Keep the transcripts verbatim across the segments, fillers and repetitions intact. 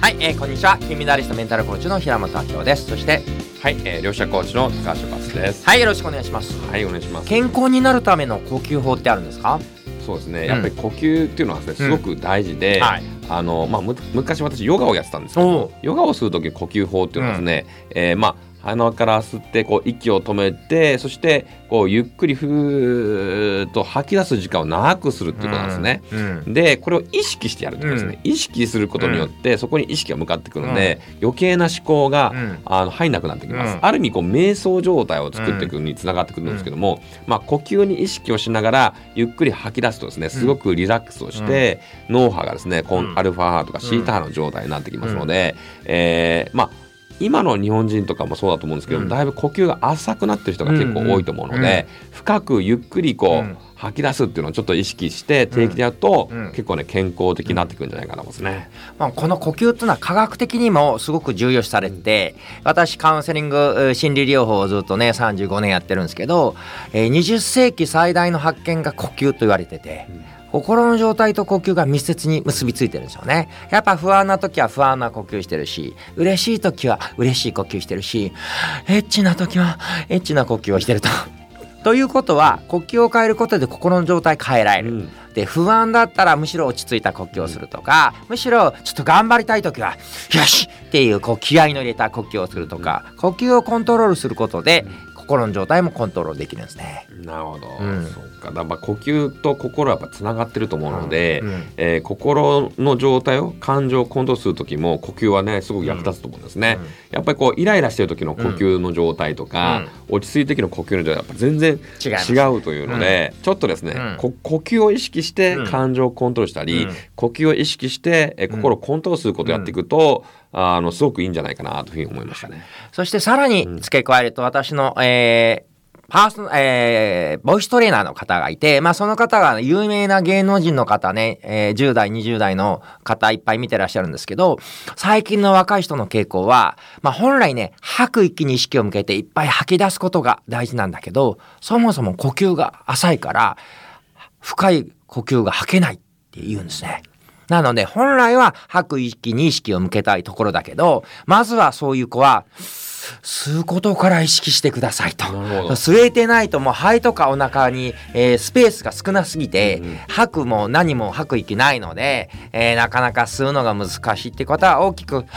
はい、えー、こんにちは。金メダリストメンタルコーチの平本明夫です。そしてはい、えー、両者コーチの高橋バスです。 はい、よろしくお願いします。 はい、お願いします。 健康になるための呼吸法ってあるんですか？ そうですね、やっぱり呼吸っていうのはですね、すごく大事で、 うんはいあのまあ、む昔私ヨガをやってたんですけど、ヨガをするとき呼吸法っていうのはですね、うんえー、まあ鼻から吸ってこう息を止めて、そしてこうゆっくりふーっと吐き出す時間を長くするっていうことなんですね、うんうん、でこれを意識してやるってことですね、うん、意識することによってそこに意識が向かってくるので、うん、余計な思考が、うん、あの入んなくなってきます、うん、ある意味こう瞑想状態を作っていくのにつながってくるんですけども、うんまあ、呼吸に意識をしながらゆっくり吐き出すとですね、すごくリラックスをして、うん、脳波がですね、うん、アルファ波とかシータ波の状態になってきますので、うんえー、まあ今の日本人とかもそうだと思うんですけど、うん、だいぶ呼吸が浅くなってる人が結構多いと思うので、うんうん、深くゆっくりこう、うん、吐き出すっていうのをちょっと意識して定期でやると、うんうん、結構ね健康的になってくるんじゃないかなと思いますね、 まあ、この呼吸っていうのは科学的にもすごく重要視されてて、うん、私カウンセリング心理療法をずっとねさんじゅうごねんやってるんですけど、えー、にじゅっせいき最大の発見が呼吸と言われてて、うん心の状態と呼吸が密接に結びついてるんですよね。やっぱ不安な時は不安な呼吸してるし、嬉しい時は嬉しい呼吸してるし、エッチな時はエッチな呼吸をしてるとということは呼吸を変えることで心の状態変えられる、うん、で不安だったらむしろ落ち着いた呼吸をするとか、むしろちょっと頑張りたい時はよしっていうこう気合いの入れた呼吸をするとか、呼吸をコントロールすることで心の状態もコントロールできるんですね。 なるほど、うん、そうか。だから呼吸と心はやっぱつながってると思うので、うんうんえー、心の状態を感情をコントロールする時も呼吸はねすごく役立つと思うんですね、うんうん、やっぱりこうイライラしてる時の呼吸の状態とか、うん、落ち着いた時の呼吸の状態はやっぱ全然違うというので、うん、ちょっとですね、うん、こ呼吸を意識して感情をコントロールしたり、うん、呼吸を意識して、えー、心をコントロールすることをやっていくと、うんあのすごくいいんじゃないかなというふうに思いましたね。 そしてさらに付け加えると、私の、えーパーソナ、えー、ボイストレーナーの方がいて、まあその方が有名な芸能人の方ね、えー、じゅう代、にじゅう代の方いっぱい見てらっしゃるんですけど、最近の若い人の傾向は、まあ本来ね、吐く息に意識を向けていっぱい吐き出すことが大事なんだけど、そもそも呼吸が浅いから、深い呼吸が吐けないって言うんですね。なので本来は吐く息に意識を向けたいところだけど、まずはそういう子は、吸うことから意識してくださいと。吸えてないともう肺とかお腹に、えー、スペースが少なすぎて、うん、吐くも何も吐く息ないので、えー、なかなか吸うのが難しいってことは大きく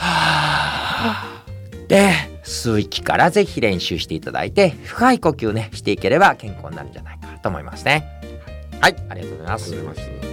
で吸う息からぜひ練習していただいて、深い呼吸ねしていければ健康になるんじゃないかと思いますね。はい、ありがとうございます。